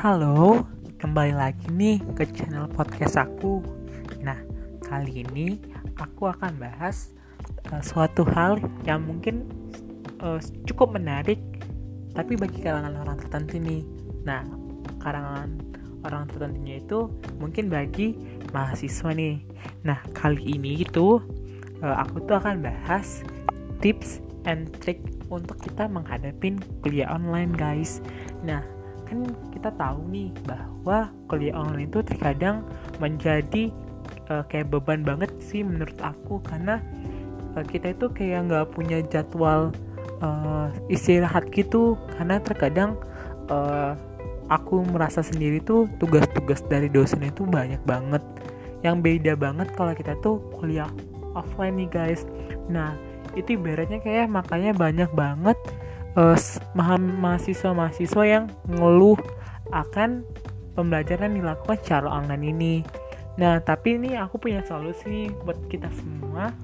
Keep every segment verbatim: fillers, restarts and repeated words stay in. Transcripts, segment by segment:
Halo, kembali lagi nih ke channel podcast aku. Nah, kali ini aku akan bahas uh, suatu hal yang mungkin uh, cukup menarik, tapi bagi kalangan orang tertentu nih. Nah, kalangan orang tertentunya itu mungkin bagi mahasiswa nih. Nah, kali ini itu uh, aku tuh akan bahas tips and trick untuk kita menghadapi kuliah online, guys. Nah, kan kita tahu nih bahwa kuliah online itu terkadang menjadi uh, kayak beban banget sih menurut aku, karena uh, kita itu kayak nggak punya jadwal uh, istirahat gitu, karena terkadang uh, aku merasa sendiri tuh tugas-tugas dari dosen itu banyak banget, yang beda banget kalau kita tuh kuliah offline nih, guys. Nah, itu ibaratnya kayak makanya banyak banget Uh, mahasiswa-mahasiswa yang ngeluh akan pembelajaran dilakukan secara online ini. Nah, tapi ini aku punya solusi buat kita semua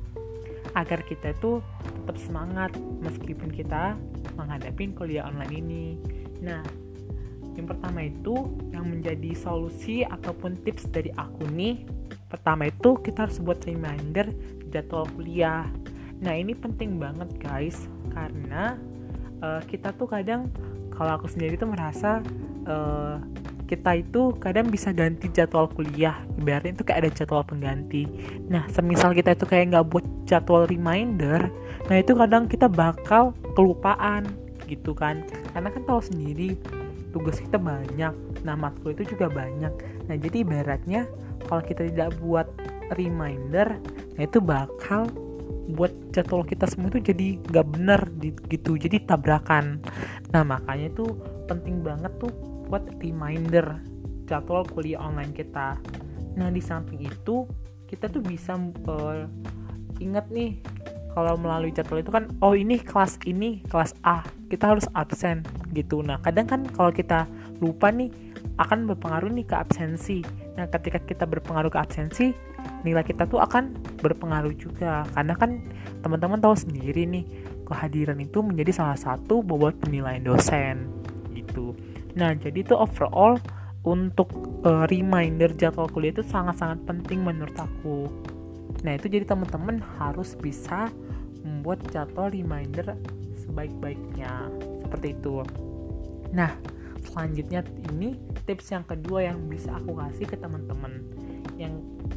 agar kita itu tetap semangat meskipun kita menghadapi kuliah online ini. Nah, yang pertama itu yang menjadi solusi ataupun tips dari aku nih, pertama itu kita harus buat reminder jadwal kuliah. Nah, ini penting banget, guys, karena Uh, kita tuh kadang, kalau aku sendiri tuh merasa uh, kita itu kadang bisa ganti jadwal kuliah, ibaratnya itu kayak ada jadwal pengganti. Nah, semisal kita itu kayak nggak buat jadwal reminder, nah itu kadang kita bakal kelupaan gitu kan, karena kan tahu sendiri tugas kita banyak, nah matkul itu juga banyak. Nah, jadi ibaratnya kalau kita tidak buat reminder, nah itu bakal buat jadwal kita semua itu jadi gak bener gitu, jadi tabrakan. Nah, makanya tuh penting banget tuh buat reminder jadwal kuliah online kita. Nah, di samping itu kita tuh bisa uh, ingat nih, kalau melalui jadwal itu kan, oh ini kelas ini kelas A, kita harus absen gitu. Nah, kadang kan kalau kita lupa nih akan berpengaruh nih ke absensi. Nah, ketika kita berpengaruh ke absensi, nilai kita tuh akan berpengaruh juga, karena kan teman-teman tahu sendiri nih, kehadiran itu menjadi salah satu bobot penilaian dosen gitu. Nah, jadi tuh overall untuk uh, reminder jadwal kuliah itu sangat-sangat penting menurut aku. Nah, itu jadi teman-teman harus bisa membuat jadwal reminder sebaik-baiknya seperti itu. Nah, selanjutnya ini tips yang kedua yang bisa aku kasih ke teman-teman, yang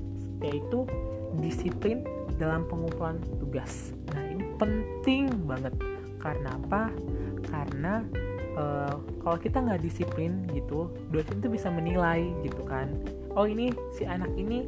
yaitu disiplin dalam pengumpulan tugas. Nah, ini penting banget. Karena apa? Karena uh, kalau kita nggak disiplin gitu, dosen tuh bisa menilai gitu kan. Oh, ini si anak ini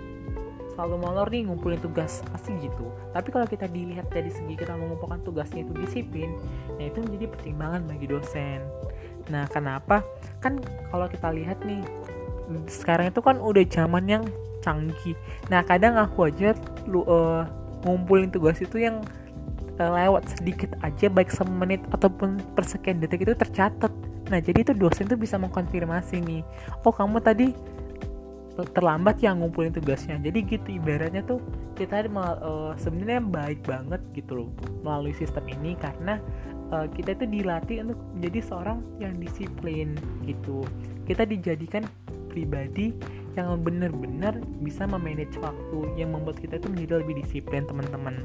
selalu molor nih ngumpulin tugas, pasti gitu. Tapi kalau kita dilihat dari segi kita mengumpulkan tugasnya itu disiplin, nah itu menjadi pertimbangan bagi dosen. Nah, kenapa? Kan kalau kita lihat nih, sekarang itu kan udah zaman yang canggih. Nah, kadang aku aja lu uh, ngumpulin tugas itu yang uh, lewat sedikit aja, baik semenit ataupun per sekian detik itu tercatat. Nah, jadi itu dosen tuh bisa mengkonfirmasi nih, oh kamu tadi terlambat ya ngumpulin tugasnya. Jadi gitu ibaratnya tuh kita uh, sebenarnya baik banget gitu loh melalui sistem ini, karena uh, kita itu dilatih untuk menjadi seorang yang disiplin gitu. Kita dijadikan pribadi yang benar-benar bisa memanage waktu, yang membuat kita itu menjadi lebih disiplin, teman-teman.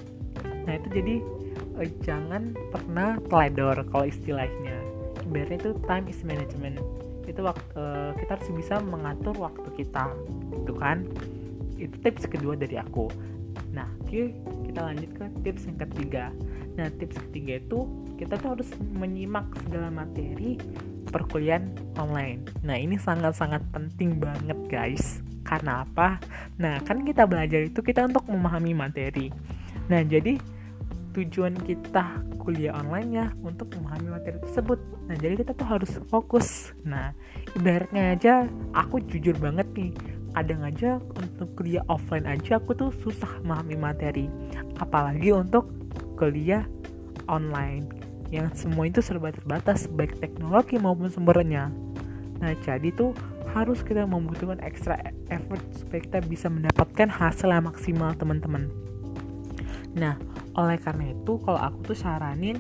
Nah, itu jadi eh, jangan pernah teledor kalau istilahnya. Ibaratnya itu time is management. Itu waktu, eh, kita harus bisa mengatur waktu kita, gitu kan? Itu tips kedua dari aku. Nah, oke, kita lanjut ke tips yang ketiga. Nah, tips ketiga itu kita tuh harus menyimak segala materi perkuliahan online. Nah, ini sangat-sangat penting banget, guys. Karena apa? Nah, kan kita belajar itu kita untuk memahami materi. Nah, jadi tujuan kita kuliah online ya untuk memahami materi tersebut. Nah, jadi kita tuh harus fokus. Nah, ibaratnya aja aku jujur banget nih, kadang aja untuk kuliah offline aja aku tuh susah memahami materi, apalagi untuk kuliah online yang semua itu serba terbatas, baik teknologi maupun sumbernya. Nah, jadi tuh harus kita membutuhkan extra effort supaya kita bisa mendapatkan hasil yang maksimal, teman-teman. Nah, oleh karena itu kalau aku tuh saranin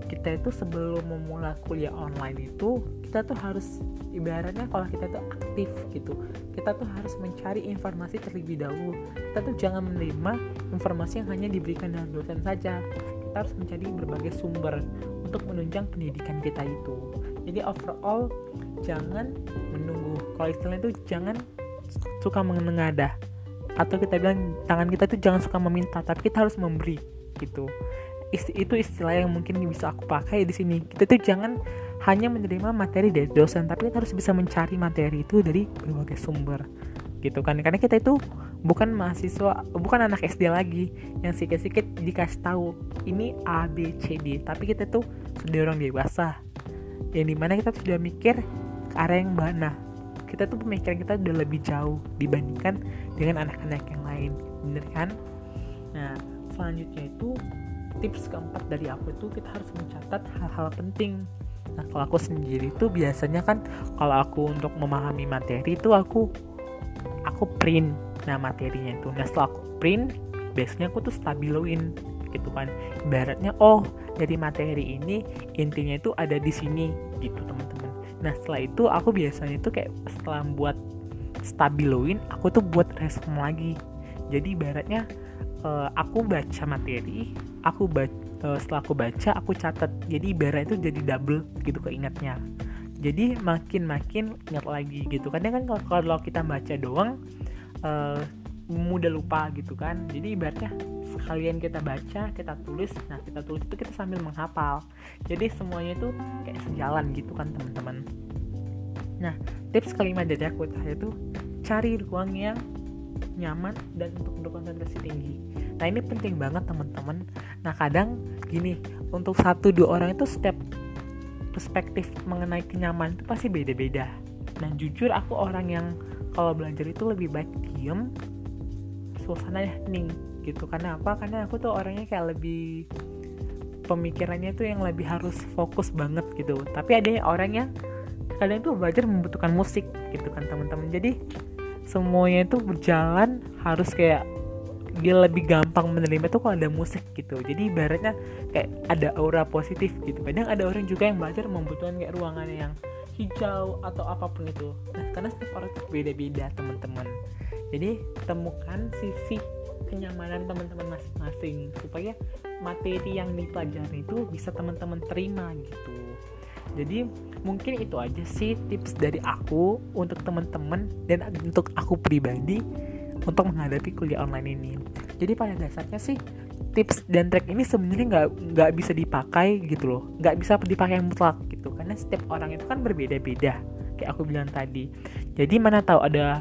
kita itu sebelum memulai kuliah online itu kita tuh harus ibaratnya kalau kita tuh aktif gitu, kita tuh harus mencari informasi terlebih dahulu. Kita tuh jangan menerima informasi yang hanya diberikan dari dosen saja. Kita harus mencari berbagai sumber untuk menunjang pendidikan kita itu. Jadi overall jangan menunggu, kalau istilahnya itu jangan suka menengadah, atau kita bilang tangan kita tuh jangan suka meminta, tapi kita harus memberi gitu. Itu istilah yang mungkin bisa aku pakai di sini. Kita tuh jangan hanya menerima materi dari dosen, tapi kita harus bisa mencari materi itu dari berbagai sumber gitu kan. Karena kita itu bukan mahasiswa, bukan anak S D lagi yang sikit-sikit dikasih tahu ini A B C D, tapi kita tuh sudah orang dewasa yang dimana kita tuh sudah mikir ke arah yang mana. Kita tuh pemikiran kita udah lebih jauh dibandingkan dengan anak-anak yang lain, bener kan? Nah selanjutnya itu tips keempat dari aku itu kita harus mencatat hal-hal penting. Nah kalau aku sendiri itu biasanya kan kalau aku untuk memahami materi itu aku aku print nah materinya itu. Nah setelah aku print biasanya aku tuh stabiloin gitu kan. Ibaratnya oh dari materi ini intinya itu ada di sini gitu teman-teman. Nah setelah itu aku biasanya itu kayak setelah buat stabiloin aku tuh buat respon lagi. Jadi ibaratnya Uh, aku baca materi, aku baca, uh, setelah aku baca, aku catat. Jadi ibarat itu jadi double gitu keingatnya. Jadi makin-makin ingat lagi gitu. Kadang kan kalau, kalau kita baca doang, uh, mudah lupa gitu kan. Jadi ibaratnya sekalian kita baca, kita tulis. Nah kita tulis itu kita sambil menghafal. Jadi semuanya itu kayak sejalan gitu kan teman-teman. Nah tips kelima dari aku itu cari ruang yang nyaman dan untuk berkonsentrasi tinggi. Nah ini penting banget teman-teman. Nah kadang gini, untuk satu dua orang itu setiap perspektif mengenai kenyamanan itu pasti beda-beda. Nah jujur aku orang yang kalau belajar itu lebih baik diem, suasana hening gitu. Karena apa? Karena aku tuh orangnya kayak lebih pemikirannya tuh yang lebih harus fokus banget gitu. Tapi ada orang yang kadang tuh belajar membutuhkan musik gitu kan teman-teman. Jadi semuanya itu berjalan harus kayak dia lebih gampang menerima tuh kalau ada musik gitu. Jadi ibaratnya kayak ada aura positif gitu. Kadang ada orang juga yang belajar membutuhkan kayak ruangan yang hijau atau apapun itu. Nah karena setiap orang itu beda-beda teman-teman. Jadi temukan sisi kenyamanan teman-teman masing-masing supaya materi yang dipelajari itu bisa teman-teman terima gitu. Jadi mungkin itu aja sih tips dari aku untuk teman-teman dan untuk aku pribadi untuk menghadapi kuliah online ini. Jadi pada dasarnya sih tips dan trik ini sebenarnya nggak nggak bisa dipakai gitu loh, nggak bisa dipakai mutlak gitu karena setiap orang itu kan berbeda-beda kayak aku bilang tadi. Jadi mana tahu ada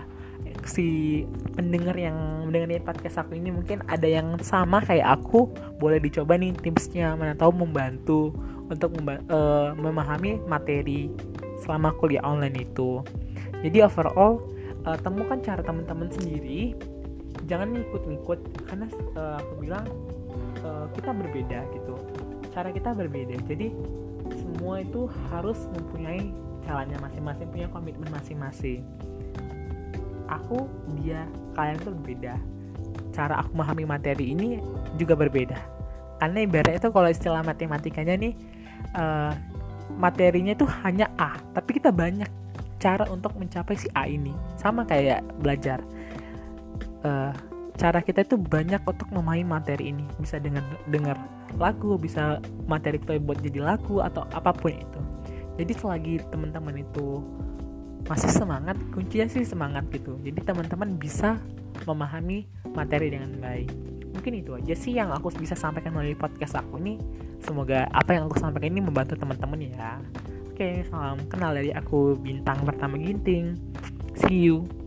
si pendengar yang mendengarkan podcast aku ini mungkin ada yang sama kayak aku, boleh dicoba nih tipsnya, mana tahu membantu untuk memba- uh, memahami materi selama kuliah online itu. Jadi overall uh, temukan cara teman-teman sendiri, jangan ngikut-ngikut karena uh, aku bilang uh, kita berbeda gitu, cara kita berbeda. Jadi semua itu harus mempunyai caranya masing-masing, punya komitmen masing-masing. Aku, dia, kalian tuh berbeda. Cara aku memahami materi ini juga berbeda. Karena ibaratnya itu kalau istilah matematikanya nih uh, materinya itu hanya A, tapi kita banyak cara untuk mencapai si A ini. Sama kayak belajar. Uh, cara kita itu banyak untuk memahami materi ini. Bisa dengan dengar lagu, bisa materi kita buat jadi lagu atau apapun itu. Jadi selagi teman-teman itu masih semangat, kuncinya sih semangat gitu. Jadi teman-teman bisa memahami materi dengan baik. Mungkin itu aja sih yang aku bisa sampaikan melalui podcast aku nih. Semoga apa yang aku sampaikan ini membantu teman-teman ya. Oke, salam kenal dari aku Bintang Pertama Ginting. See you.